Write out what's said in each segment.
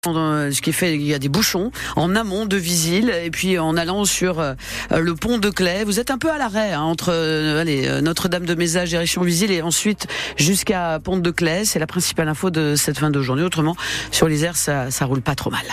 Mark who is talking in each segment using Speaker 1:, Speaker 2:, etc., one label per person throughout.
Speaker 1: Ce qui fait, il y a des bouchons en amont de Visil et puis en allant sur le pont de Claye. Vous êtes un peu à l'arrêt entre Notre-Dame de Mézage, direction Visil et ensuite jusqu'à Pont de Claye. C'est la principale info de cette fin de journée. Autrement, sur l'Isère, ça roule pas trop mal.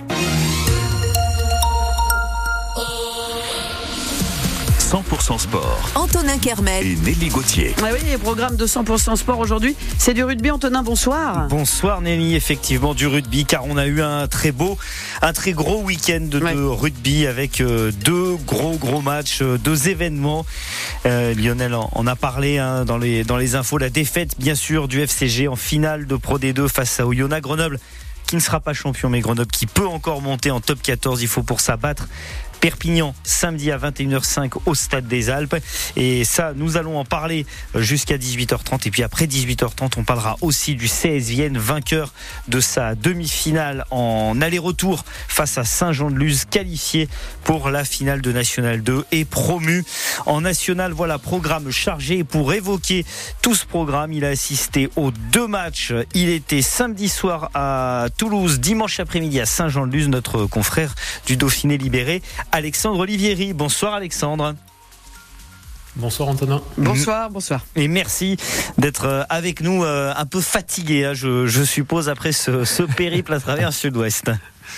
Speaker 2: 100% sport.
Speaker 3: Antonin Kermel
Speaker 2: et Nelly Gauthier.
Speaker 1: Ah oui, le programme de 100% sport aujourd'hui, c'est du rugby. Antonin, bonsoir.
Speaker 4: Bonsoir Nelly, effectivement du rugby, car on a eu un très gros week-end de rugby avec deux gros matchs, deux événements. Lionel en a parlé dans les infos. La défaite bien sûr du FCG en finale de Pro D2 face à Oyonnax. Grenoble qui ne sera pas champion, mais Grenoble qui peut encore monter en top 14. Il faut pour ça battre Perpignan samedi à 21h05 au Stade des Alpes. Et ça, nous allons en parler jusqu'à 18h30. Et puis après 18h30, on parlera aussi du CS Vienne, vainqueur de sa demi-finale en aller-retour face à Saint-Jean-de-Luz, qualifié pour la finale de National 2 et promu en National. Voilà, programme chargé. Et pour évoquer tout ce programme, il a assisté aux deux matchs. Il était samedi soir à Toulouse, dimanche après-midi à Saint-Jean-de-Luz. Notre confrère du Dauphiné Libéré, Alexandre Olivieri. Bonsoir Alexandre.
Speaker 5: Bonsoir Antonin.
Speaker 1: Bonsoir.
Speaker 4: Et merci d'être avec nous, un peu fatigué, je suppose, après ce périple à travers le Sud-Ouest.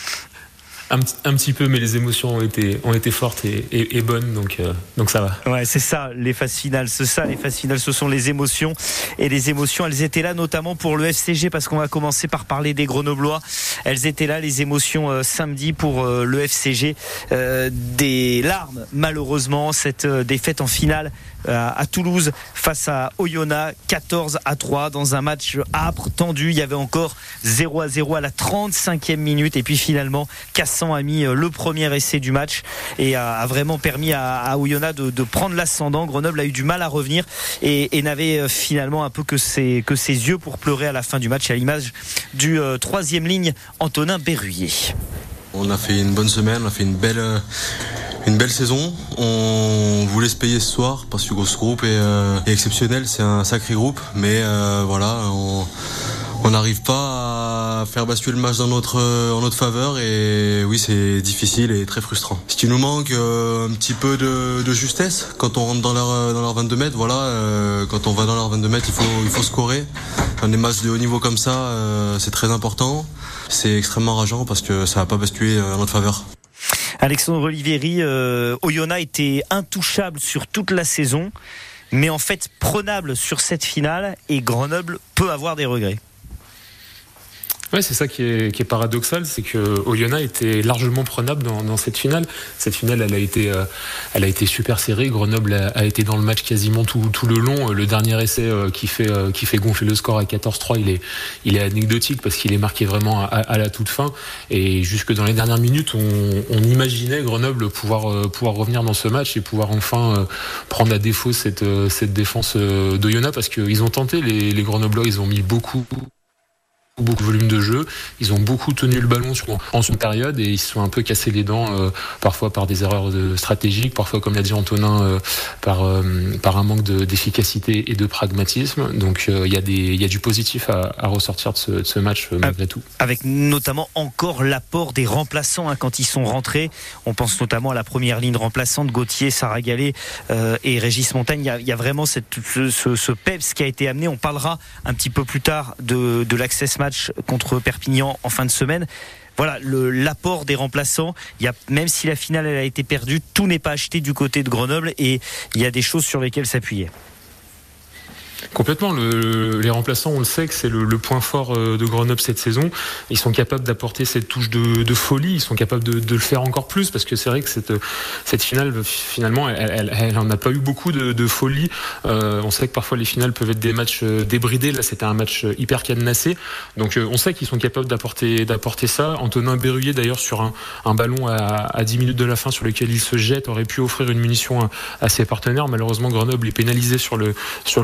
Speaker 5: Un petit peu, mais les émotions ont été fortes et bonnes, donc ça va.
Speaker 4: Ouais, c'est ça, les phases finales. Ce sont les émotions. Et les émotions, elles étaient là, notamment pour le FCG, parce qu'on va commencer par parler des Grenoblois. Elles étaient là, les émotions samedi pour le FCG. Des larmes, malheureusement, cette défaite en finale à Toulouse face à Oyonnax, 14-3 dans un match âpre, tendu. Il y avait encore 0-0 à la 35e minute, et puis finalement Cassan a mis le premier essai du match et a vraiment permis à Oyonnax de prendre l'ascendant. Grenoble a eu du mal à revenir et n'avait finalement un peu que ses yeux pour pleurer à la fin du match, à l'image du troisième ligne Antonin Berruyer.
Speaker 6: On a fait une bonne semaine, on a fait une belle saison. On voulait se payer ce soir parce que ce groupe est exceptionnel, c'est un sacré groupe, mais voilà, on n'arrive pas à faire basculer le match en notre faveur, et oui, c'est difficile et très frustrant. Ce qui nous manque, un petit peu de justesse quand on rentre dans leur 22 mètres. Voilà, quand on va dans leur 22 mètres, il faut scorer. Dans des matchs de haut niveau comme ça, c'est très important. C'est extrêmement rageant parce que ça va pas basculer en notre faveur.
Speaker 4: Alexandre Olivieri, Oyonnax était intouchable sur toute la saison, mais en fait prenable sur cette finale, et Grenoble peut avoir des regrets.
Speaker 5: Ouais, c'est ça qui est paradoxal, c'est que Oyonnax était largement prenable dans cette finale. Cette finale, elle a été super serrée. Grenoble a été dans le match quasiment tout le long. Le dernier essai qui fait gonfler le score à 14-3, il est anecdotique parce qu'il est marqué vraiment à la toute fin. Et jusque dans les dernières minutes, on imaginait Grenoble pouvoir revenir dans ce match et pouvoir enfin prendre à défaut cette défense d'Oyonnax, parce qu'ils ont tenté, les Grenoblois, ils ont mis beaucoup de volume de jeu, ils ont beaucoup tenu le ballon en son période, et ils se sont un peu cassés les dents, parfois par des erreurs stratégiques, parfois, comme l'a dit Antonin, par un manque d'efficacité et de pragmatisme. Donc il y a du positif à ressortir de ce match malgré tout. Avec
Speaker 4: notamment encore l'apport des remplaçants quand ils sont rentrés. On pense notamment à la première ligne remplaçante, Gauthier, Sarah Gallet et Régis Montagne. Il y a vraiment ce peps qui a été amené. On parlera un petit peu plus tard de l'Access Match contre Perpignan en fin de semaine. Voilà, l'apport des remplaçants. Même si la finale elle a été perdue, tout n'est pas acheté du côté de Grenoble, et il y a des choses sur lesquelles s'appuyer.
Speaker 5: Complètement. Les remplaçants, on le sait que c'est le point fort de Grenoble cette saison. Ils sont capables d'apporter cette touche de folie. Ils sont capables de le faire encore plus, parce que c'est vrai que cette finale, finalement, elle en a pas eu beaucoup de folie. On sait que parfois les finales peuvent être des matchs débridés. Là, c'était un match hyper cadenassé. Donc, on sait qu'ils sont capables d'apporter ça. Antonin Berruyer, d'ailleurs, sur un ballon à 10 minutes de la fin sur lequel il se jette, aurait pu offrir une munition à ses partenaires. Malheureusement, Grenoble est pénalisé sur le ruck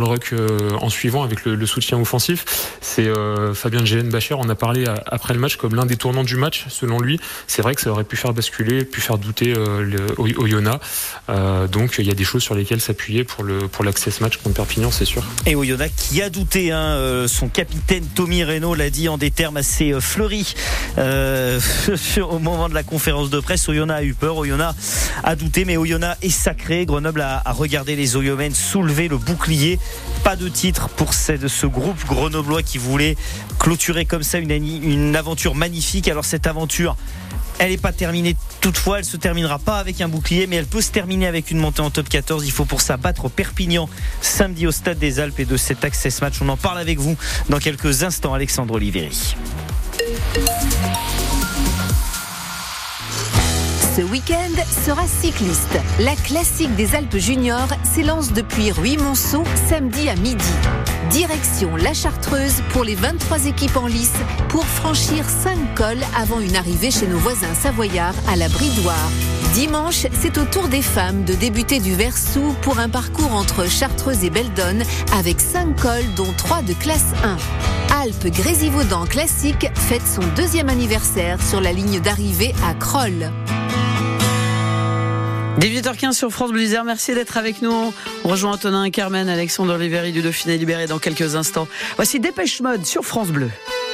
Speaker 5: en suivant avec le soutien offensif. C'est Fabien Djelen-Bacher en a parlé après le match comme l'un des tournants du match. Selon lui, c'est vrai que ça aurait pu faire basculer, pu faire douter Oyonnax. Donc il y a des choses sur lesquelles s'appuyer pour l'accès ce match contre Perpignan, c'est sûr.
Speaker 4: Et Oyonnax qui a douté, son capitaine Tommy Reynaud l'a dit en des termes assez fleuris au moment de la conférence de presse. Oyonnax a eu peur, Oyonnax a douté, mais Oyonnax est sacré. Grenoble a regardé les Oyomènes soulever le bouclier. Pas de titre pour ce groupe grenoblois qui voulait clôturer comme ça une aventure magnifique. Alors cette aventure, elle n'est pas terminée toutefois, elle se terminera pas avec un bouclier, mais elle peut se terminer avec une montée en top 14. Il faut pour ça battre Perpignan samedi au Stade des Alpes, et de cet access match, on en parle avec vous dans quelques instants. Alexandre Oliveri.
Speaker 3: Ce week-end sera cycliste. La classique des Alpes juniors s'élance depuis Ruy-Monceau samedi à midi. Direction la Chartreuse pour les 23 équipes en lice pour franchir 5 cols avant une arrivée chez nos voisins savoyards à la Bridoire. Dimanche, c'est au tour des femmes de débuter du Versou pour un parcours entre Chartreuse et Beldonne avec 5 cols dont 3 de classe 1. Alpes-Grésivaudan Classique fête son 2e anniversaire sur la ligne d'arrivée à Crolles.
Speaker 1: 18h15 sur France Bleu Isère, merci d'être avec nous. On rejoint Antonin et Carmen, Alexandre Oliveri du Dauphiné Libéré dans quelques instants. Voici Dépêche Mode sur France Bleu.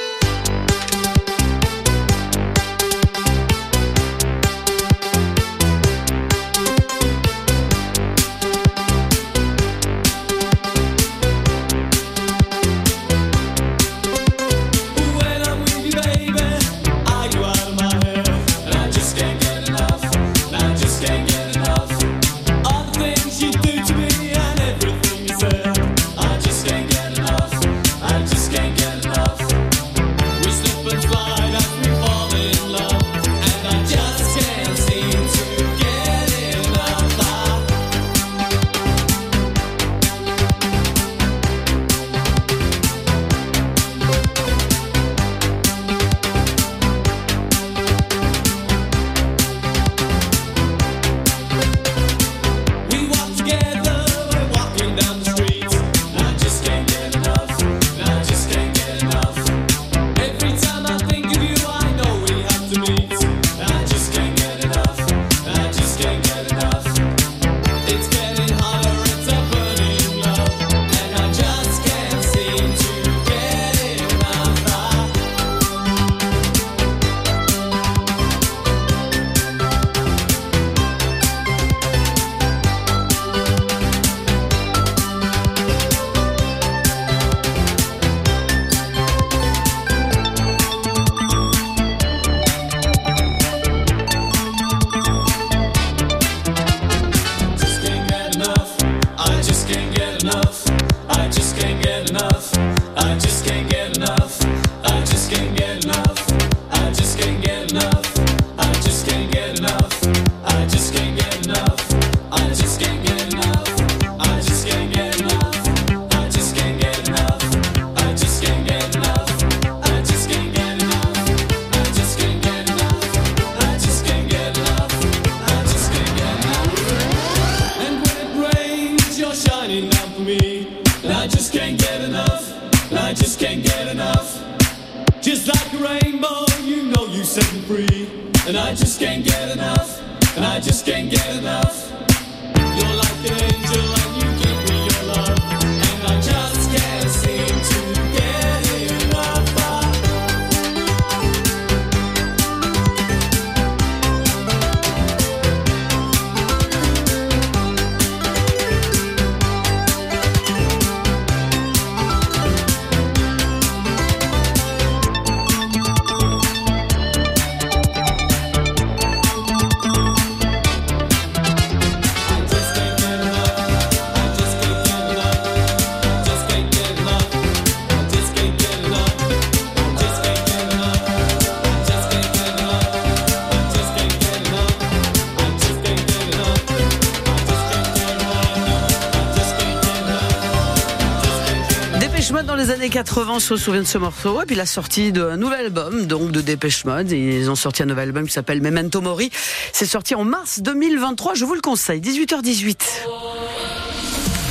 Speaker 1: Dans les années 80, on se souvient de ce morceau. Et puis la sortie d'un nouvel album, donc de Dépêche Mode. Ils ont sorti un nouvel album qui s'appelle Memento Mori. C'est sorti en mars 2023. Je vous le conseille. 18h18. On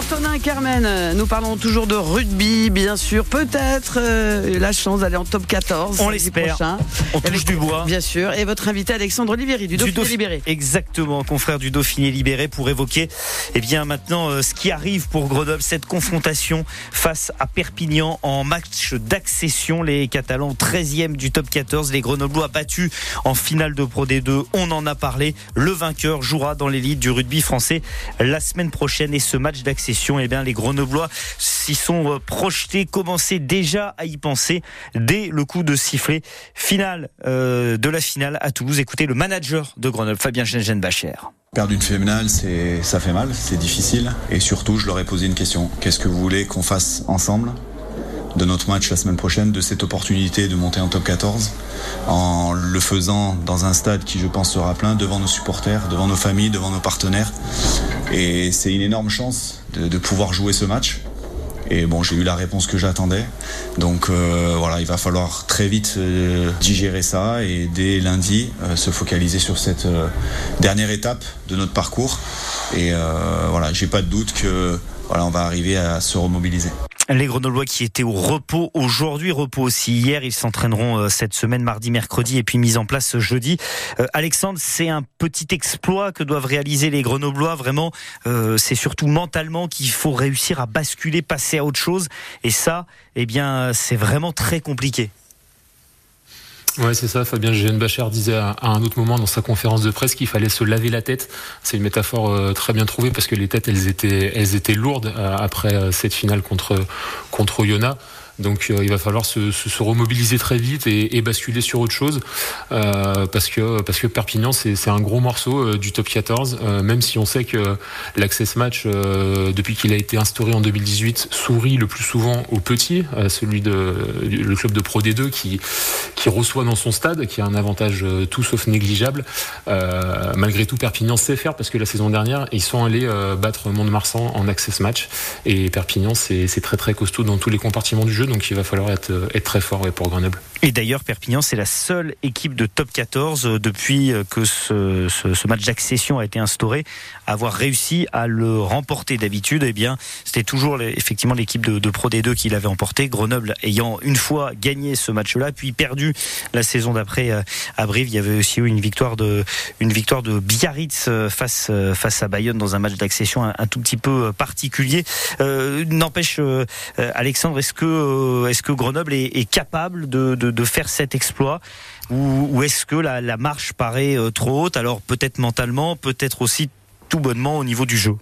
Speaker 1: Antonin Carmen, nous parlons toujours de rugby, bien sûr. Peut-être la chance d'aller en top 14.
Speaker 4: On l'espère. On touche du bois.
Speaker 1: Bien sûr. Et votre invité Alexandre Libéry du Dauphiné Libéré.
Speaker 4: Exactement, confrère du Dauphiné Libéré, pour évoquer maintenant ce qui arrive pour Grenoble, cette confrontation face à Perpignan en match d'accession. Les Catalans 13e du top 14, les Grenoblois battus en finale de Pro D2. On en a parlé. Le vainqueur jouera dans l'élite du rugby français la semaine prochaine. Et ce match d'accession, les Grenoblois s'y sont projetés, commençaient déjà à y penser dès le coup de sifflet final de la finale à Toulouse. Écoutez le manager de Grenoble, Fabien Gengenbacher.
Speaker 7: Perdre une finale, ça fait mal, c'est difficile. Et surtout, je leur ai posé une question. Qu'est-ce que vous voulez qu'on fasse ensemble de notre match la semaine prochaine, de cette opportunité de monter en top 14, en le faisant dans un stade qui, je pense, sera plein, devant nos supporters, devant nos familles, devant nos partenaires. Et c'est une énorme chance de pouvoir jouer ce match. Et bon, j'ai eu la réponse que j'attendais. Donc il va falloir très vite digérer ça et dès lundi se focaliser sur cette dernière étape de notre parcours. Et j'ai pas de doute que on va arriver à se remobiliser.
Speaker 4: Les Grenoblois qui étaient au repos aujourd'hui, repos aussi hier, ils s'entraîneront cette semaine, mardi, mercredi et puis mise en place jeudi. Alexandre, c'est un petit exploit que doivent réaliser les Grenoblois. Vraiment, c'est surtout mentalement qu'il faut réussir à basculer, passer à autre chose. Et ça, c'est vraiment très compliqué.
Speaker 5: Ouais, c'est ça. Fabien Gengenbacher disait à un autre moment dans sa conférence de presse qu'il fallait se laver la tête. C'est une métaphore très bien trouvée parce que les têtes, elles étaient lourdes après cette finale contre Oyonnax. Donc il va falloir se remobiliser très vite et basculer sur autre chose parce que Perpignan c'est un gros morceau du top 14, même si on sait que l'Access Match depuis qu'il a été instauré en 2018 sourit le plus souvent aux petits, celui le club de Pro D2 qui reçoit dans son stade, qui a un avantage tout sauf négligeable. Malgré tout, Perpignan sait faire parce que la saison dernière ils sont allés battre Mont-de-Marsan en Access Match et Perpignan c'est très très costaud dans tous les compartiments du jeu. Donc il va falloir être très fort pour Grenoble.
Speaker 4: Et d'ailleurs, Perpignan, c'est la seule équipe de top 14 depuis que ce match d'accession a été instauré, à avoir réussi à le remporter. D'habitude, c'était toujours effectivement l'équipe de Pro D2 qui l'avait emporté. Grenoble ayant une fois gagné ce match-là, puis perdu la saison d'après à Brive. Il y avait aussi eu une victoire de Biarritz face à Bayonne dans un match d'accession un tout petit peu particulier. N'empêche, Alexandre, est-ce que Grenoble est capable de faire cet exploit ou est-ce que la marche paraît trop haute, alors peut-être mentalement, peut-être aussi tout bonnement au niveau du jeu?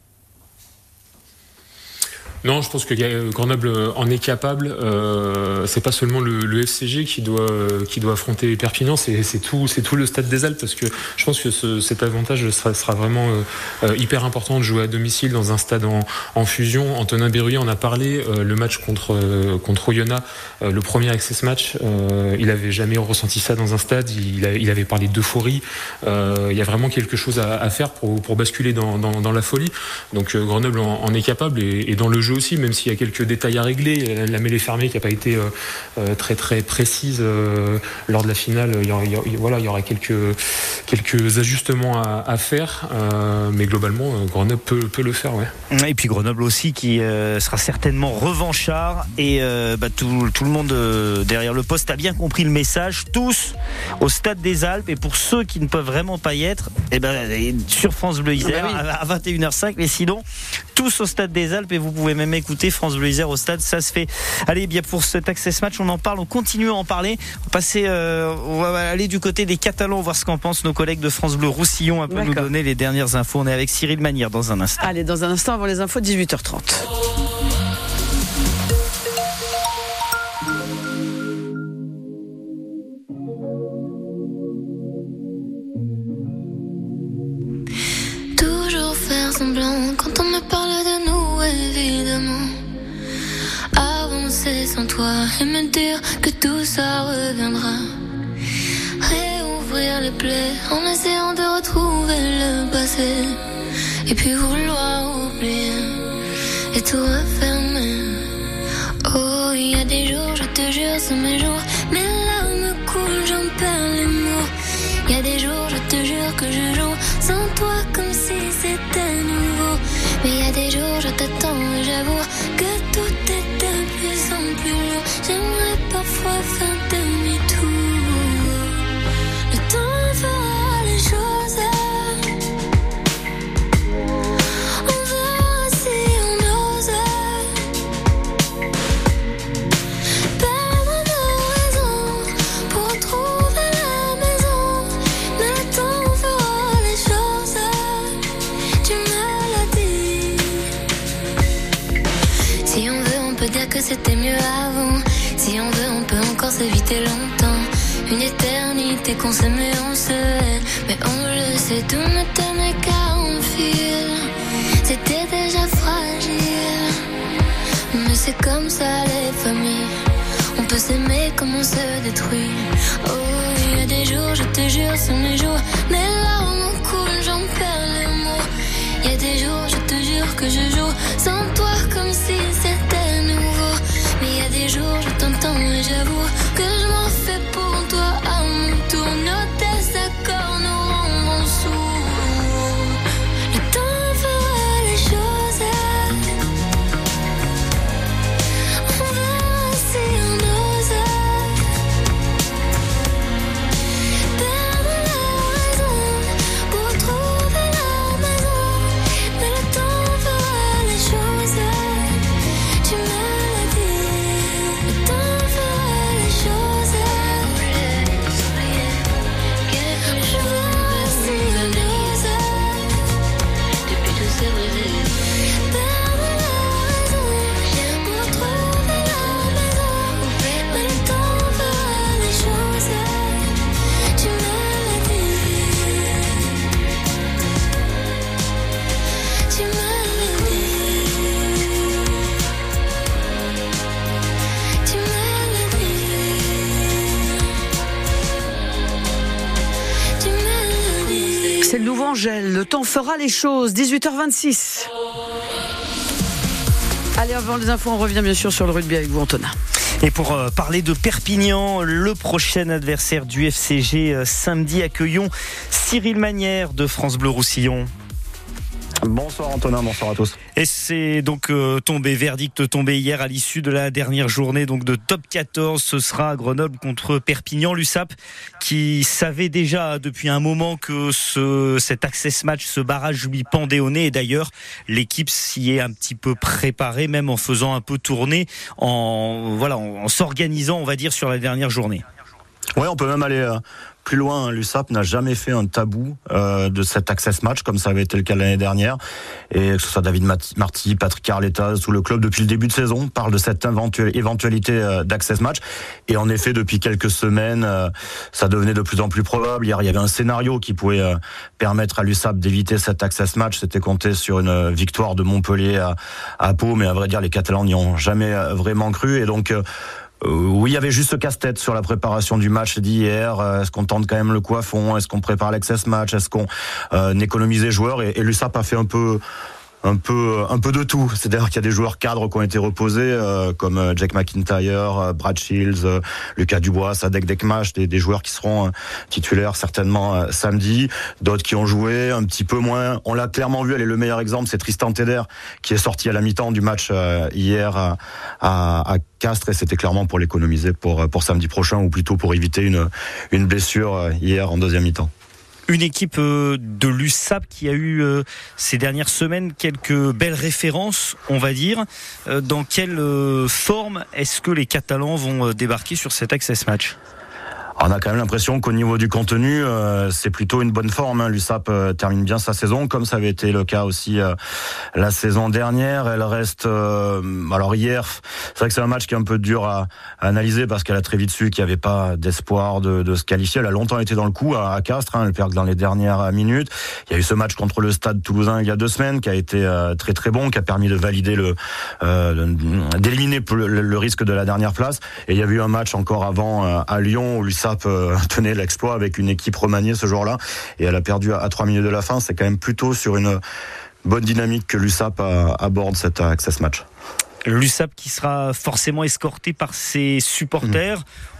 Speaker 5: Non, je pense que Grenoble en est capable. C'est pas seulement le FCG qui doit affronter Perpignan, c'est tout le Stade des Alpes, parce que je pense que cet avantage sera vraiment hyper important de jouer à domicile dans un stade en fusion. Antonin Berruyer en a parlé. Le match contre Oyonnax, le premier Access Match, il avait jamais ressenti ça dans un stade. Il avait parlé d'euphorie. Il y a vraiment quelque chose à faire pour basculer dans la folie. Donc Grenoble en est capable et dans le jeu aussi, même s'il y a quelques détails à régler. La mêlée fermée qui n'a pas été très très précise lors de la finale. Il y aura quelques ajustements à faire, mais globalement Grenoble peut le faire, ouais.
Speaker 4: Et puis Grenoble aussi qui sera certainement revanchard et tout le monde derrière le poste a bien compris le message. Tous au Stade des Alpes, et pour ceux qui ne peuvent vraiment pas y être, sur France Bleu Isère à 21h05, mais sinon tous au Stade des Alpes, et vous pouvez même écouter France Bleu Isère au stade, ça se fait. Allez, bien pour cet Access Match, on en parle, on continue à en parler. On va aller du côté des Catalans, voir ce qu'en pensent nos collègues de France Bleu Roussillon, un peu nous donner les dernières infos. On est avec Cyril Manière dans un instant.
Speaker 1: Allez, dans un instant avant les infos de 18h30.
Speaker 8: Toujours faire semblant quand on me parle de nous, évidemment. Avancer sans toi et me dire que tout ça reviendra. Réouvrir les plaies en essayant de retrouver le passé. Et puis vouloir oublier et tout refermer. Oh, il y a des jours, je te jure, c'est mes jours. Mes larmes coulent, j'en perds les mots. Il y a des jours, je te jure que je joue sans toi comme si c'était nouveau. Mais il y a des jours, je t'attends et j'avoue que tout est de plus en plus lourd. J'aimerais parfois faire demi-tour. Le temps fera les choses. On verra si on ose perdre nos raisons pour trouver la maison. Mais le temps fera les choses. Tu me l'as dit. Si on veut, on peut dire que c'était mieux avant. Si on veut, on peut encore s'éviter longtemps. Une éternité qu'on s'aime et on se hait. Mais on le sait, tout ne tenait qu'à un fil. C'était déjà fragile. Mais c'est comme ça les familles. On peut s'aimer comme on se détruit. Oh, il y a des jours, je te jure, c'est mes jours. Mes larmes coulent, j'en perds les mots. Il y a des jours, je te jure que je joue sans toi comme si c'était nouveau. Mais il y a des jours, je t'entends et j'avoue que je m'en fais pour toi à mon tour. Nos désaccords nous rendront sourds. Le temps fera les choses. On verra si on ose perdre la raison pour trouver la maison. Mais le temps fera les choses. Tu me l'as dit. Le temps fera les choses. Je verrai si on ose depuis tous ces rêves perdre la raison pour trouver la maison. Mais le temps fera les choses. Tu me l'as dit. Tu me l'as dit. Tu me l'as dit. Tu me l'as dit.
Speaker 1: C'est le nouveau Angèle, le temps fera les choses, 18h26. Allez, avant les infos, on revient bien sûr sur le rugby avec vous, Antonin.
Speaker 4: Et pour parler de Perpignan, le prochain adversaire du FCG samedi, accueillons Cyril Magnière de France Bleu Roussillon.
Speaker 9: Bonsoir Antonin, bonsoir à tous.
Speaker 4: Et c'est donc verdict tombé hier à l'issue de la dernière journée donc de top 14. Ce sera Grenoble contre Perpignan. L'USAP qui savait déjà depuis un moment que cet access match, ce barrage lui pendait au nez. Et d'ailleurs, l'équipe s'y est un petit peu préparée, même en faisant un peu tourner, en s'organisant, on va dire, sur la dernière journée.
Speaker 9: Ouais, on peut même aller plus loin. L'USAP n'a jamais fait un tabou de cet access match comme ça avait été le cas l'année dernière. Et que ce soit David Marty, Patrick Arletta, tout le club depuis le début de saison parle de cette éventualité d'access match. Et en effet, depuis quelques semaines, ça devenait de plus en plus probable. Hier, il y avait un scénario qui pouvait permettre à l'USAP d'éviter cet access match. C'était compté sur une victoire de Montpellier à Pau, mais à vrai dire, les Catalans n'y ont jamais vraiment cru. Et donc oui, il y avait juste ce casse-tête sur la préparation du match d'hier. Est-ce qu'on tente quand même le coiffon? Est-ce qu'on prépare l'access match? Est-ce qu'on économise les joueurs? Et l'USAP a fait un peu de tout. C'est-à-dire qu'il y a des joueurs cadres qui ont été reposés, comme Jack McIntyre, Brad Shields, Lucas Dubois, Sadek Dekmash, des joueurs qui seront titulaires certainement samedi. D'autres qui ont joué un petit peu moins. On l'a clairement vu, le meilleur exemple, c'est Tristan Teder, qui est sorti à la mi-temps du match hier à Castres, et c'était clairement pour l'économiser pour samedi prochain, ou plutôt pour éviter une blessure hier en deuxième mi-temps.
Speaker 4: Une équipe de l'USAP qui a eu ces dernières semaines quelques belles références, on va dire. Dans quelle forme est-ce que les Catalans vont débarquer sur cet access match ?
Speaker 9: On a quand même l'impression qu'au niveau du contenu, c'est plutôt une bonne forme. L'USAP termine bien sa saison, comme ça avait été le cas aussi la saison dernière. Elle reste... alors hier, c'est vrai que c'est un match qui est un peu dur à analyser, parce qu'elle a très vite su qu'il n'y avait pas d'espoir de se qualifier. Elle a longtemps été dans le coup à Castres, elle perd dans les dernières minutes. Il y a eu ce match contre le Stade Toulousain il y a 2 semaines, qui a été très très bon, qui a permis de valider d'éliminer le risque de la dernière place. Et il y avait eu un match encore avant à Lyon, où l'USAP tenait l'exploit avec une équipe remaniée ce jour-là, et elle a perdu à 3 minutes de la fin. C'est quand même plutôt sur une bonne dynamique que l'USAP aborde cet access match.
Speaker 4: L'USAP qui sera forcément escorté par ses supporters.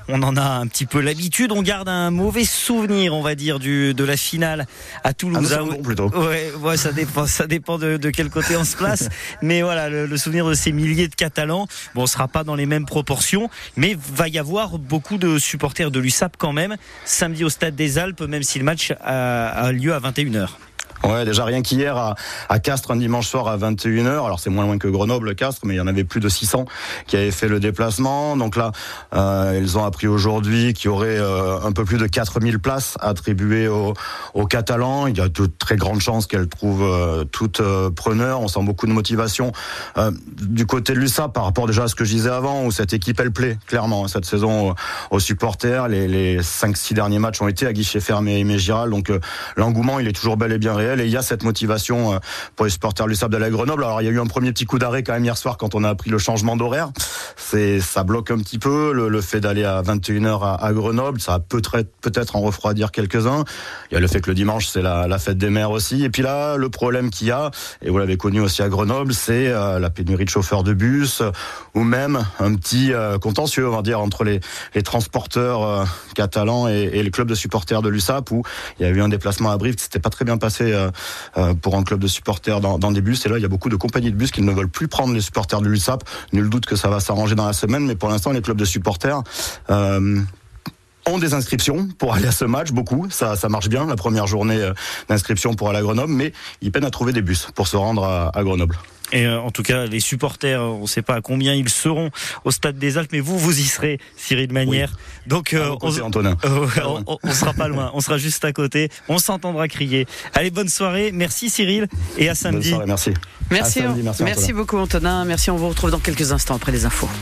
Speaker 4: on en a un petit peu l'habitude. On garde un mauvais souvenir, on va dire, de la finale à Toulouse.
Speaker 9: Bon, plutôt.
Speaker 4: Ouais, ça dépend de quel côté on se place. Mais voilà, le souvenir de ces milliers de Catalans, bon, on sera pas dans les mêmes proportions, mais va y avoir beaucoup de supporters de l'USAP quand même, samedi au Stade des Alpes, même si le match a lieu à 21h.
Speaker 9: Ouais, déjà rien qu'hier à Castres, un dimanche soir à 21h. Alors c'est moins loin que Grenoble, Castres, mais il y en avait plus de 600 qui avaient fait le déplacement. Donc là, ils ont appris aujourd'hui qu'il y aurait un peu plus de 4000 places attribuées aux Catalans. Il y a de très grandes chances qu'elles trouvent toutes preneurs. On sent beaucoup de motivation du côté de l'USAP par rapport déjà à ce que je disais avant, où cette équipe elle plaît clairement cette saison aux supporters. Les 5-6 derniers matchs ont été à guichet fermé et Aimé Giral. Donc l'engouement il est toujours bel et bien réel. Et il y a cette motivation pour les supporters de l'USAP d'aller à Grenoble. Alors il y a eu un premier petit coup d'arrêt quand même hier soir quand on a appris le changement d'horaire. Ça bloque un petit peu le fait d'aller à 21h à Grenoble. Ça va peut-être en refroidir quelques-uns. Il y a le fait que le dimanche c'est la fête des mères aussi. Et puis là le problème qu'il y a, et vous l'avez connu aussi à Grenoble, c'est la pénurie de chauffeurs de bus ou même un petit contentieux on va dire entre les transporteurs catalans et les clubs de supporters de l'USAP où il y a eu un déplacement à Brive qui s'était pas très bien passé pour un club de supporters dans des bus. Et là, il y a beaucoup de compagnies de bus qui ne veulent plus prendre les supporters de l'USAP. Nul doute que ça va s'arranger dans la semaine, mais pour l'instant, les clubs de supporters ont des inscriptions pour aller à ce match, beaucoup. Ça marche bien, la première journée d'inscription pour aller à Grenoble, mais ils peinent à trouver des bus pour se rendre à Grenoble.
Speaker 4: Et en tout cas, les supporters, on ne sait pas à combien ils seront au Stade des Alpes, mais vous y serez, Cyril Manière. Oui. Donc,
Speaker 9: Antonin.
Speaker 4: On sera pas loin, on sera juste à côté, on s'entendra crier. Allez, bonne soirée, merci Cyril, et à samedi.
Speaker 9: Bonne soirée, merci.
Speaker 1: Merci beaucoup Antonin, merci, on vous retrouve dans quelques instants après les infos.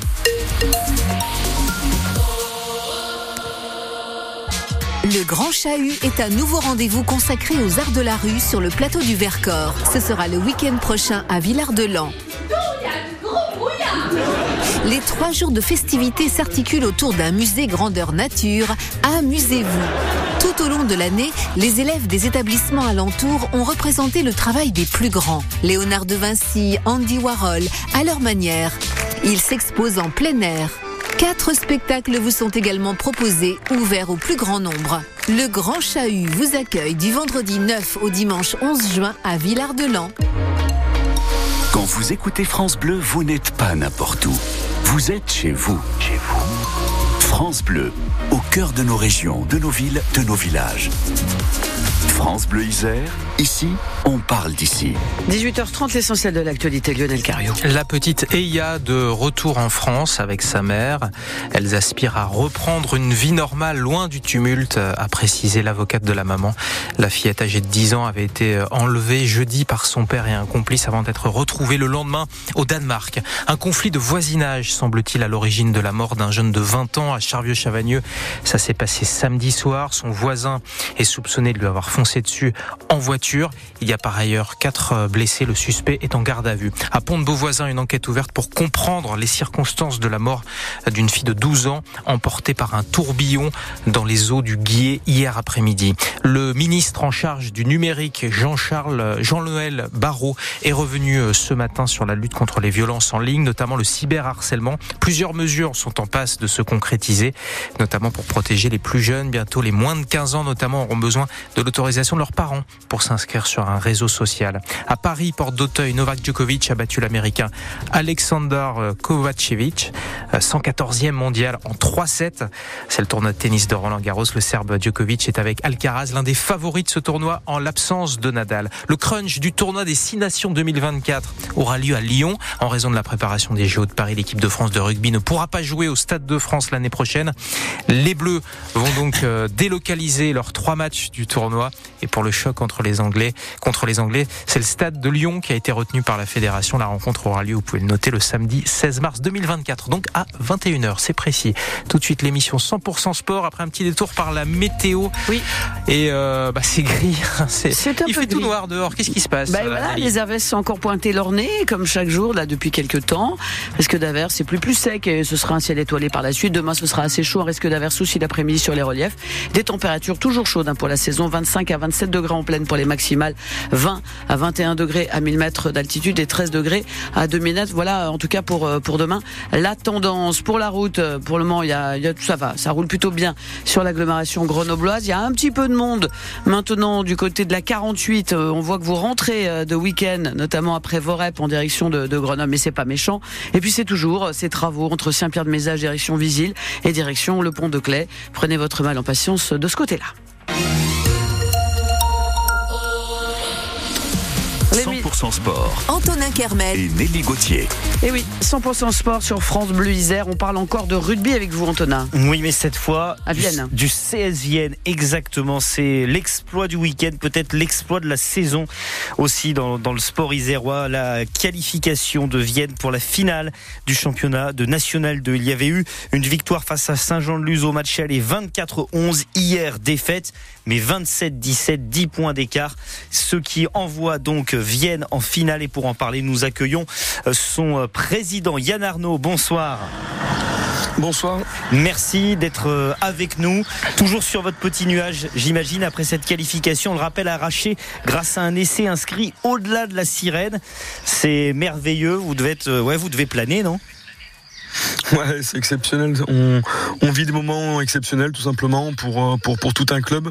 Speaker 3: Le Grand Chahut est un nouveau rendez-vous consacré aux arts de la rue sur le plateau du Vercors. Ce sera le week-end prochain à Villard-de-Lans. Les 3 jours de festivités s'articulent autour d'un musée grandeur nature. Amusez-vous. Tout au long de l'année, les élèves des établissements alentours ont représenté le travail des plus grands. Léonard de Vinci, Andy Warhol, à leur manière. Ils s'exposent en plein air. 4 spectacles vous sont également proposés, ouverts au plus grand nombre. Le Grand Chahut vous accueille du vendredi 9 au dimanche 11 juin à Villard-de-Lans.
Speaker 2: Quand vous écoutez France Bleu, vous n'êtes pas n'importe où. Vous êtes chez vous. Chez vous. France Bleu, au cœur de nos régions, de nos villes, de nos villages. France Bleu Isère, ici, on parle d'ici.
Speaker 1: 18h30, l'essentiel de l'actualité, Lionel Cariou.
Speaker 10: La petite Eya de retour en France avec sa mère. Elles aspirent à reprendre une vie normale, loin du tumulte, a précisé l'avocate de la maman. La fillette âgée de 10 ans avait été enlevée jeudi par son père et un complice avant d'être retrouvée le lendemain au Danemark. Un conflit de voisinage, semble-t-il, à l'origine de la mort d'un jeune de 20 ans à Charvieux-Chavagneux. Ça s'est passé samedi soir. Son voisin est soupçonné de lui avoir foncé dessus en voiture. Il y a par ailleurs 4 blessés. Le suspect est en garde à vue. À Pont-de-Beauvoisin, une enquête ouverte pour comprendre les circonstances de la mort d'une fille de 12 ans emportée par un tourbillon dans les eaux du Guiers hier après-midi. Le ministre en charge du numérique, Jean-Noël Barrot, est revenu ce matin sur la lutte contre les violences en ligne, notamment le cyberharcèlement. Plusieurs mesures sont en passe de se concrétiser, notamment pour protéger les plus jeunes. Bientôt, les moins de 15 ans notamment auront besoin de l'autorisation de leurs parents pour s'inscrire sur un réseau social. À Paris, porte d'Auteuil, Novak Djokovic a battu l'Américain Alexander Kovacevic, 114e mondial en 3-7. C'est le tournoi de tennis de Roland-Garros. Le Serbe Djokovic est avec Alcaraz, l'un des favoris de ce tournoi en l'absence de Nadal. Le crunch du tournoi des 6 Nations 2024 aura lieu à Lyon. En raison de la préparation des JO de Paris, l'équipe de France de rugby ne pourra pas jouer au Stade de France l'année prochaine. Les Bleus vont donc délocaliser leurs 3 matchs du tournoi. Et pour le choc contre les Anglais, c'est le Stade de Lyon qui a été retenu par la fédération. La rencontre aura lieu, vous pouvez le noter, le samedi 16 mars 2024, donc à 21h, c'est précis. Tout de suite, l'émission 100% sport, après un petit détour par la météo.
Speaker 1: Oui.
Speaker 10: Et c'est gris, il fait
Speaker 1: gris.
Speaker 10: tout noir dehors, qu'est-ce qui se passe?
Speaker 1: Voilà, les averses sont encore pointées leur nez, comme chaque jour, là, depuis quelques temps. Risque d'averses, c'est plus sec, et ce sera un ciel étoilé par la suite. Demain, ce sera assez chaud, un risque d'averses souci d'après-midi sur les reliefs. Des températures toujours chaudes pour la saison, 25 à 27 degrés en plaine pour les maximales, 20 à 21 degrés à 1000 mètres d'altitude et 13 degrés à 2000 mètres. Voilà, en tout cas pour demain, la tendance. Pour la route, pour le moment, ça va, ça roule plutôt bien sur l'agglomération grenobloise. Il y a un petit peu de monde maintenant du côté de la 48. On voit que vous rentrez de week-end, notamment après Vorep en direction de Grenoble, mais c'est pas méchant. Et puis c'est toujours ces travaux entre Saint-Pierre-de-Mézage, direction Visil et direction le pont de Claye. Prenez votre mal en patience de ce côté-là.
Speaker 2: 100% sport.
Speaker 3: Antonin Kermel
Speaker 2: et Nelly Gauthier.
Speaker 1: Et oui, 100% sport sur France Bleu Isère. On parle encore de rugby avec vous, Antonin.
Speaker 4: Oui, mais cette fois
Speaker 1: à Vienne.
Speaker 4: Du CS Vienne, exactement. C'est l'exploit du week-end, peut-être l'exploit de la saison aussi dans le sport isérois. La qualification de Vienne pour la finale du championnat de National 2. Il y avait eu une victoire face à Saint-Jean-de-Luz au match aller 24-11. Hier, défaite, mais 27-17, 10 points d'écart. Ce qui envoie donc Vienne en finale. Et pour en parler, nous accueillons son président Yann Arnaud. Bonsoir.
Speaker 11: Bonsoir.
Speaker 4: Merci d'être avec nous. Toujours sur votre petit nuage, j'imagine, après cette qualification. On le rappelle, arraché grâce à un essai inscrit au-delà de la sirène. C'est merveilleux. Vous devez planer, non ?
Speaker 11: Ouais, c'est exceptionnel. On vit des moments exceptionnels, tout simplement, pour tout un club,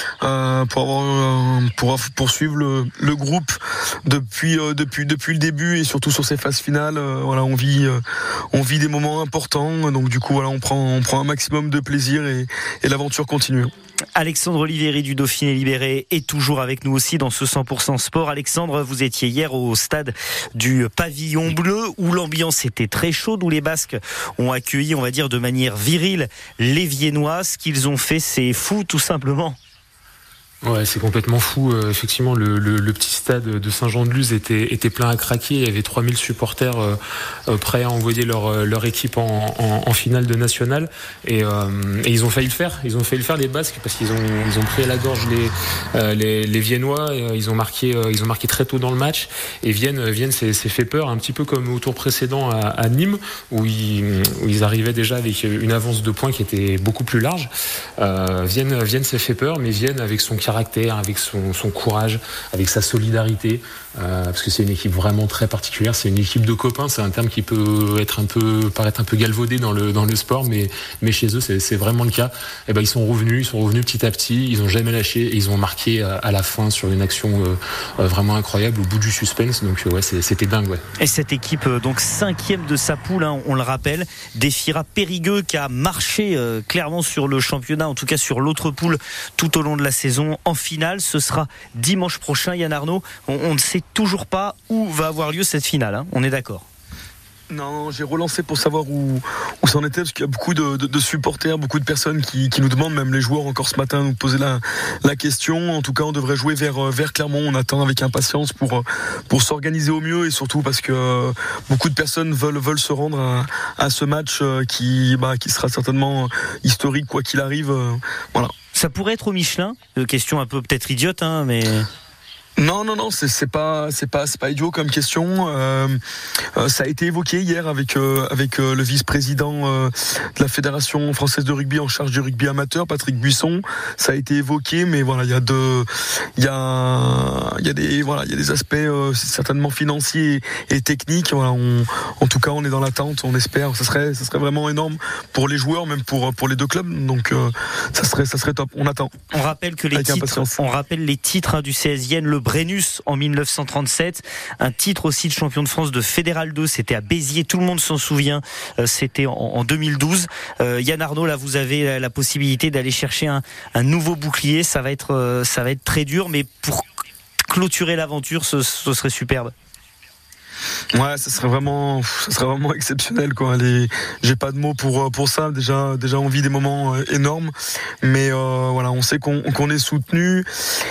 Speaker 11: pour poursuivre le groupe depuis le début et surtout sur ces phases finales. Voilà, on vit des moments importants. Donc du coup, voilà, on prend un maximum de plaisir et l'aventure continue.
Speaker 4: Alexandre Oliveri du Dauphiné Libéré est toujours avec nous aussi dans ce 100% sport. Alexandre, vous étiez hier au stade du Pavillon Bleu où l'ambiance était très chaude, où les Basques ont accueilli, on va dire, de manière virile les Viennois. Ce qu'ils ont fait, c'est fou, tout simplement.
Speaker 5: Ouais, c'est complètement fou. Effectivement, le petit stade de Saint-Jean-de-Luz était plein à craquer. Il y avait 3000 supporters prêts à envoyer leur équipe en finale de national. Et ils ont failli le faire. Ils ont failli le faire, les Basques, parce qu'ils ont pris à la gorge les Viennois. Ils ont marqué très tôt dans le match. Et Vienne s'est fait peur, un petit peu comme au tour précédent à Nîmes, où ils arrivaient déjà avec une avance de points qui était beaucoup plus large. Vienne s'est fait peur, mais Vienne, avec son caractère, avec son courage, avec sa solidarité, parce que c'est une équipe vraiment très particulière. C'est une équipe de copains. C'est un terme qui peut paraître un peu galvaudé dans le sport, mais chez eux c'est vraiment le cas. Et ben ils sont revenus petit à petit. Ils ont jamais lâché et ils ont marqué à la fin sur une action vraiment incroyable au bout du suspense. Donc ouais, c'était dingue. Ouais.
Speaker 4: Et cette équipe, donc 5e de sa poule, hein, on le rappelle, défiera Périgueux qui a marché clairement sur le championnat, en tout cas sur l'autre poule tout au long de la saison. En finale, ce sera dimanche prochain. Yann Arnaud, on ne sait toujours pas où va avoir lieu cette finale, hein, on est d'accord?
Speaker 11: Non, j'ai relancé pour savoir où ça en était, parce qu'il y a beaucoup de supporters, beaucoup de personnes qui nous demandent, même les joueurs encore ce matin nous posaient la question. En tout cas, on devrait jouer vers Clermont. On attend avec impatience pour s'organiser au mieux, et surtout parce que beaucoup de personnes veulent se rendre à ce match qui sera certainement historique quoi qu'il arrive. Voilà.
Speaker 4: Ça pourrait être au Michelin. Question un peu peut-être idiote, hein, mais...
Speaker 11: Non, c'est pas idiot comme question. Ça a été évoqué hier avec le vice-président de la Fédération française de rugby en charge du rugby amateur, Patrick Buisson. Ça a été évoqué, mais voilà, il y a des aspects certainement financiers et techniques. Voilà, en tout cas, on est dans l'attente. On espère. Ça serait vraiment énorme pour les joueurs, même pour les deux clubs. Donc ça serait top. On attend.
Speaker 4: On rappelle que les titres du CS Vienne, le Brennus en 1937, un titre aussi de champion de France de Fédéral 2, c'était à Béziers, tout le monde s'en souvient, c'était en 2012. Yann Arnaud, là vous avez la possibilité d'aller chercher un nouveau bouclier, ça va être très dur, mais pour clôturer l'aventure, ce serait superbe.
Speaker 11: Ouais, ça serait vraiment exceptionnel quoi. J'ai pas de mots pour ça. Déjà on vit des moments énormes, mais voilà, on sait qu'on est soutenu.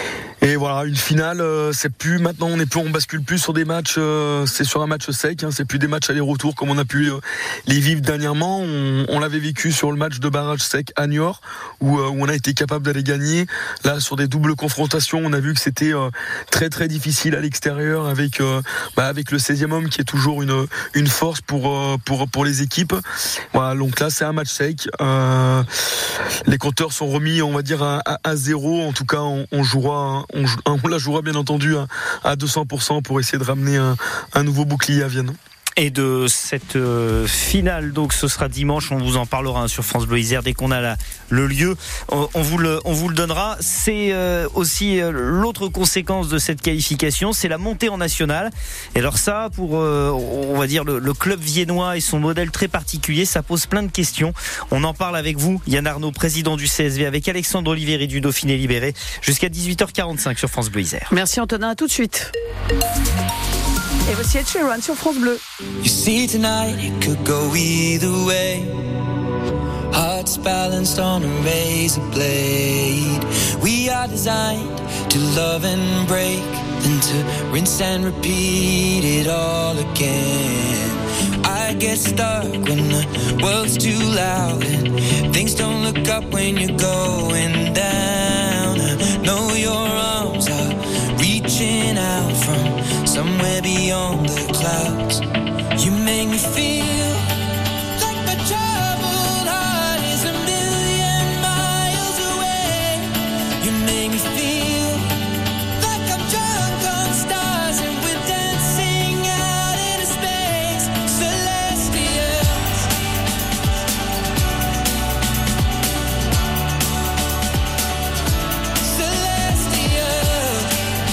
Speaker 11: Et voilà, une finale, c'est plus maintenant, on bascule plus sur des matchs, c'est sur un match sec, c'est plus des matchs aller-retour comme on a pu les vivre dernièrement. On l'avait vécu sur le match de barrage sec à Niort où on a été capable d'aller gagner. Là, sur des doubles confrontations, on a vu que c'était très très difficile à l'extérieur avec le 16e homme qui est toujours une force pour les équipes. Voilà, donc là c'est un match sec. Les compteurs sont remis, on va dire à 0. En tout cas, on la jouera bien entendu à 200% pour essayer de ramener un nouveau bouclier à Vienne.
Speaker 4: Et de cette finale, donc ce sera dimanche, on vous en parlera sur France Bleu Isère dès qu'on a le lieu, on vous le donnera. C'est aussi l'autre conséquence de cette qualification, c'est la montée en nationale. Et alors ça, pour on va dire le club viennois et son modèle très particulier, ça pose plein de questions. On en parle avec vous, Yann Arnaud, président du CSV, avec Alexandre Oliveri du Dauphiné Libéré, jusqu'à 18h45 sur France Bleu Isère.
Speaker 1: Merci Antonin, à tout de suite. Et voici Ed Sheeran sur France Bleu.
Speaker 12: You see tonight it could go either way. Hearts balanced on a razor blade. We are designed to love and break, then to rinse and repeat it all again. I get stuck when the world's too loud and things don't look up when you're going down. I know your arms are reaching out from somewhere beyond the clouds. You make me feel like my troubled heart is a million miles away. You make me feel like I'm drunk on stars and we're dancing out into space. Celestials. Celestials.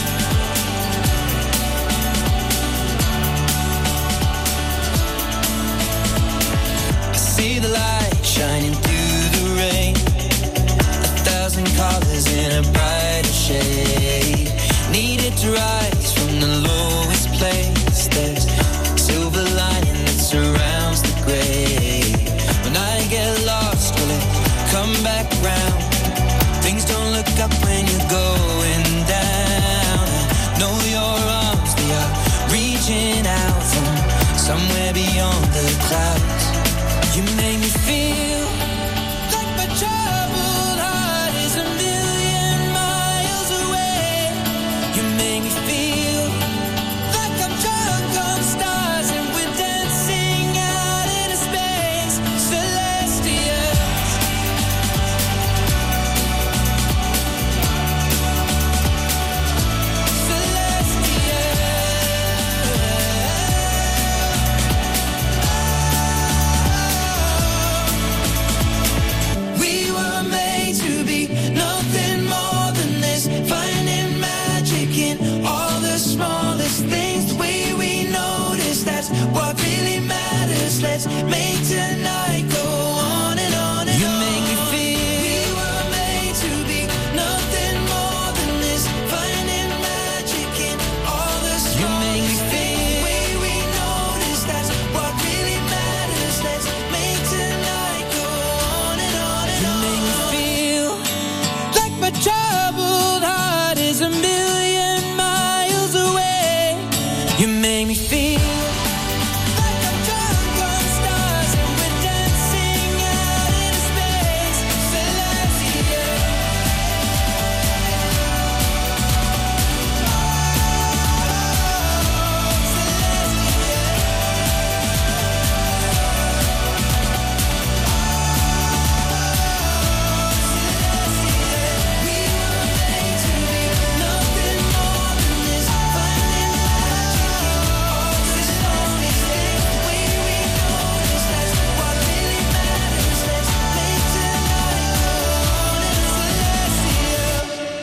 Speaker 12: See the light shining through the rain, 1,000 colors in a brighter shade. Needed to rise from the lowest place. There's a silver lining that surrounds the gray. When I get lost, will it come back round? Things don't look up when you're going down. I know your arms, they are reaching out from somewhere beyond the clouds. You make me feel like my troubled heart is a million miles away. You make me feel like I'm drunk on stars and we're dancing out into space. Celestials. We were made to be nothing more than this, finding magic in all the smallest things. The way we notice, that's what really matters. Let's make tonight go on and on and on. You make me feel we were made to be nothing more than this, finding magic in all the smallest things. The way we notice, that's what really matters. Let's make tonight go on and on and on. You make me feel like my troubled heart is a million miles away. You make me feel like I'm drunk on stars and we're dancing out into space. Celestial.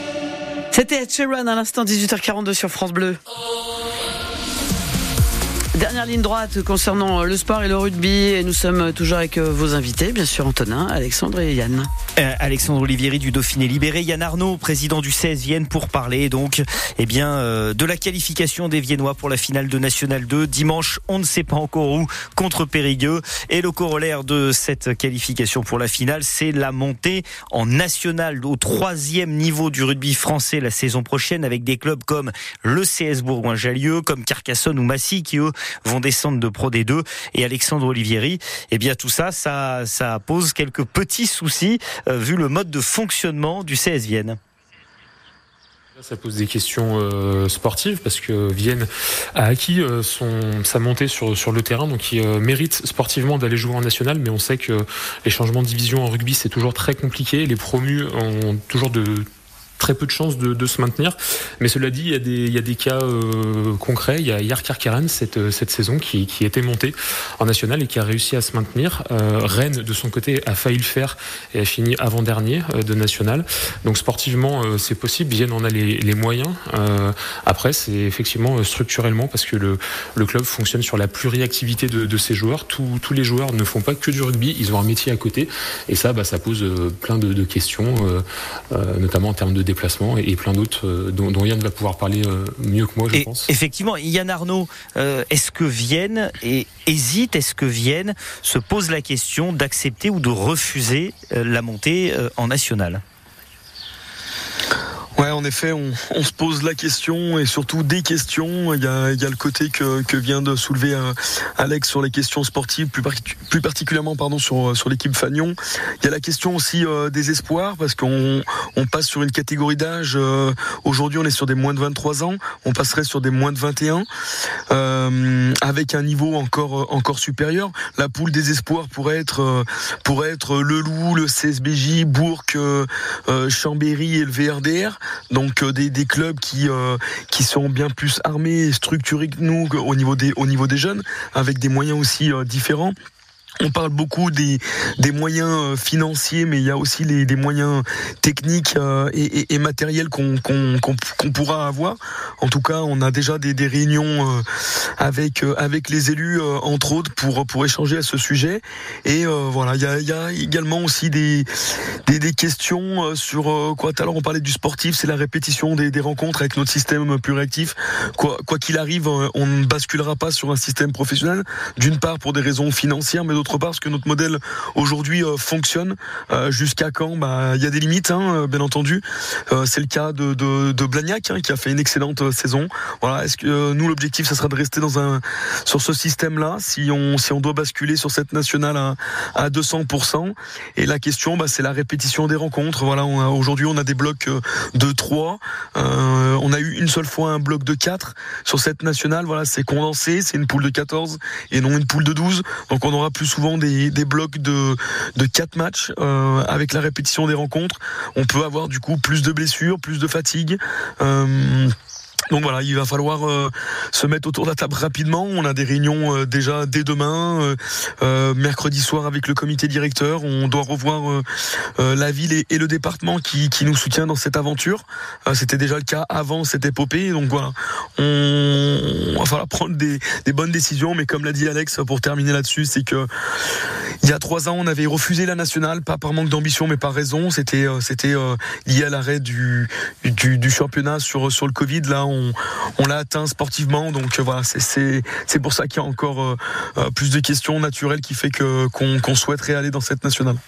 Speaker 1: C'était Ed Sheeran à l'instant, 18h42 sur France Bleu. Dernière ligne droite concernant le sport et le rugby. Et nous sommes toujours avec vos invités, bien sûr Antonin, Alexandre et Yann.
Speaker 4: Alexandre Olivieri du Dauphiné Libéré, Yann Arnaud, président du CS Vienne, pour parler donc de la qualification des Viennois pour la finale de National 2. Dimanche, on ne sait pas encore où, contre Périgueux. Et le corollaire de cette qualification pour la finale, c'est la montée en National au 3e niveau du rugby français la saison prochaine, avec des clubs comme le CS Bourgoin-Jallieu, comme Carcassonne ou Massy, qui eux vont descendre de Pro D2. Et Alexandre Olivieri, tout ça pose quelques petits soucis vu le mode de fonctionnement du CS Vienne.
Speaker 5: Ça pose des questions sportives parce que Vienne a acquis sa montée sur le terrain, donc il mérite sportivement d'aller jouer en national, mais on sait que les changements de division en rugby c'est toujours très compliqué, les promus ont toujours très peu de chances de se maintenir, mais cela dit, il y a des cas concrets. Il y a Yarkar-Keren cette saison qui était monté en national et qui a réussi à se maintenir. Rennes de son côté a failli le faire et a fini avant-dernier de national. Donc sportivement c'est possible, Vienne en a les moyens. Après c'est effectivement structurellement parce que le club fonctionne sur la pluriactivité de ses joueurs. Tous les joueurs ne font pas que du rugby, ils ont un métier à côté et ça pose plein de questions, notamment en termes de déplacement et plein d'autres dont Yann va pouvoir parler mieux que moi, je pense.
Speaker 4: Effectivement, Yann Arnaud, est-ce que Vienne hésite, est-ce que Vienne se pose la question d'accepter ou de refuser la montée en national ?
Speaker 11: Ouais, en effet, on se pose la question et surtout des questions. Il y a le côté que vient de soulever Alex sur les questions sportives, plus particulièrement sur l'équipe Fagnon. Il y a la question aussi des espoirs parce qu'on passe sur une catégorie d'âge. Aujourd'hui, on est sur des moins de 23 ans. On passerait sur des moins de 21 avec un niveau encore supérieur. La poule des espoirs pourrait être le Loup, le CSBJ, Bourg, Chambéry et le VRDR. Donc des clubs qui sont bien plus armés et structurés que nous au niveau des jeunes, avec des moyens aussi différents. On parle beaucoup des moyens financiers, mais il y a aussi des moyens techniques et matériels qu'on pourra avoir. En tout cas, on a déjà des réunions avec les élus, entre autres, pour échanger à ce sujet. Et voilà, il y a également aussi des questions sur quoi. Tout à l'heure, on parlait du sportif, c'est la répétition des rencontres avec notre système plus réactif. Quoi qu'il arrive, on ne basculera pas sur un système professionnel. D'une part pour des raisons financières, mais d'autre part parce que notre modèle aujourd'hui fonctionne. Jusqu'à quand il y a des limites, bien entendu. C'est le cas de Blagnac qui a fait une excellente saison. Voilà, est-ce que nous l'objectif ça sera de rester sur ce système-là si on doit basculer sur cette nationale à 200%. Et la question c'est la répétition des rencontres. Voilà, aujourd'hui on a des blocs de 3. On a eu une seule fois un bloc de 4 sur cette nationale. Voilà, c'est condensé, c'est une poule de 14 et non une poule de 12. Donc on aura plus souvent des blocs de 4 matchs avec la répétition des rencontres. On peut avoir du coup plus de blessures, plus de fatigue. Donc voilà, il va falloir se mettre autour de la table rapidement. On a des réunions déjà dès demain, mercredi soir avec le comité directeur. On doit revoir la ville et le département qui nous soutient dans cette aventure. C'était déjà le cas avant cette épopée. Donc voilà, on va falloir prendre des bonnes décisions. Mais comme l'a dit Alex, pour terminer là-dessus, c'est que il y a 3 ans, on avait refusé la nationale, pas par manque d'ambition, mais par raison. C'était lié à l'arrêt du championnat sur le Covid. Là, on l'a atteint sportivement, donc voilà, c'est pour ça qu'il y a encore plus de questions naturelles qui fait qu'on souhaiterait aller dans cette nationale.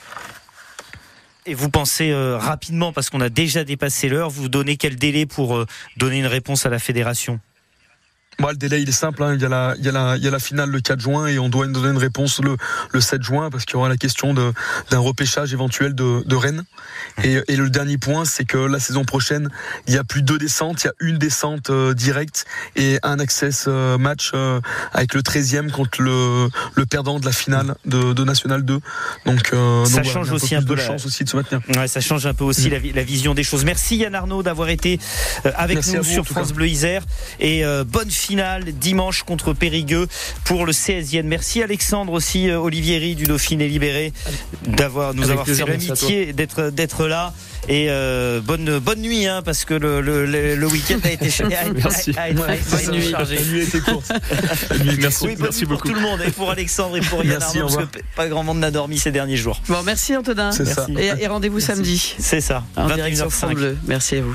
Speaker 4: Et vous pensez rapidement, parce qu'on a déjà dépassé l'heure, vous donnez quel délai pour donner une réponse à la fédération ?
Speaker 11: Le délai il est simple, il y a la finale le 4 juin et on doit donner une réponse le 7 juin parce qu'il y aura la question d'un repêchage éventuel de Rennes. Et le dernier point, c'est que la saison prochaine, il y a plus 2 descentes, il y a une descente directe et un access match avec le 13e contre le perdant de la finale de National 2. Donc
Speaker 4: ça change aussi un peu
Speaker 11: de chance aussi de se maintenir.
Speaker 4: Ouais, ça change un peu aussi la vision des choses. Merci Yann Arnaud d'avoir été avec nous sur France Bleu Isère et bonne finale finale dimanche contre Périgueux pour le 16e. Merci Alexandre aussi, Olivieri du Dauphiné Libéré nous avoir fait l'amitié d'être là. Et bonne nuit parce que le week-end a été chargé.
Speaker 5: La nuit a été courte. Merci beaucoup
Speaker 4: pour tout le monde et pour Alexandre et pour Yann Arnaud, parce que pas grand monde n'a dormi ces derniers jours.
Speaker 1: Bon, merci Antonin.
Speaker 11: C'est ça.
Speaker 1: Et rendez-vous samedi.
Speaker 4: C'est ça.
Speaker 1: En direction France Bleu. Merci à vous.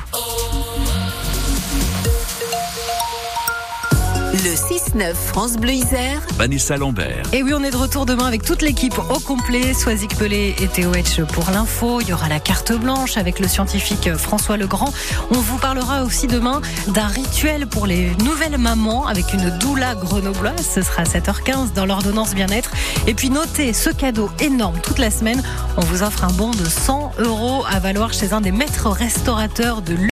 Speaker 3: Le 6-9 France Bleu Isère.
Speaker 2: Vanessa Lambert.
Speaker 13: Et oui, on est de retour demain avec toute l'équipe au complet. Soazic Pelé et Théo Etch pour l'info. Il y aura la carte blanche avec le scientifique François Legrand. On vous parlera aussi demain d'un rituel pour les nouvelles mamans avec une doula grenobloise. Ce sera à 7h15 dans l'ordonnance bien-être. Et puis notez ce cadeau énorme toute la semaine. On vous offre un bon de 100 € à valoir chez un des maîtres restaurateurs de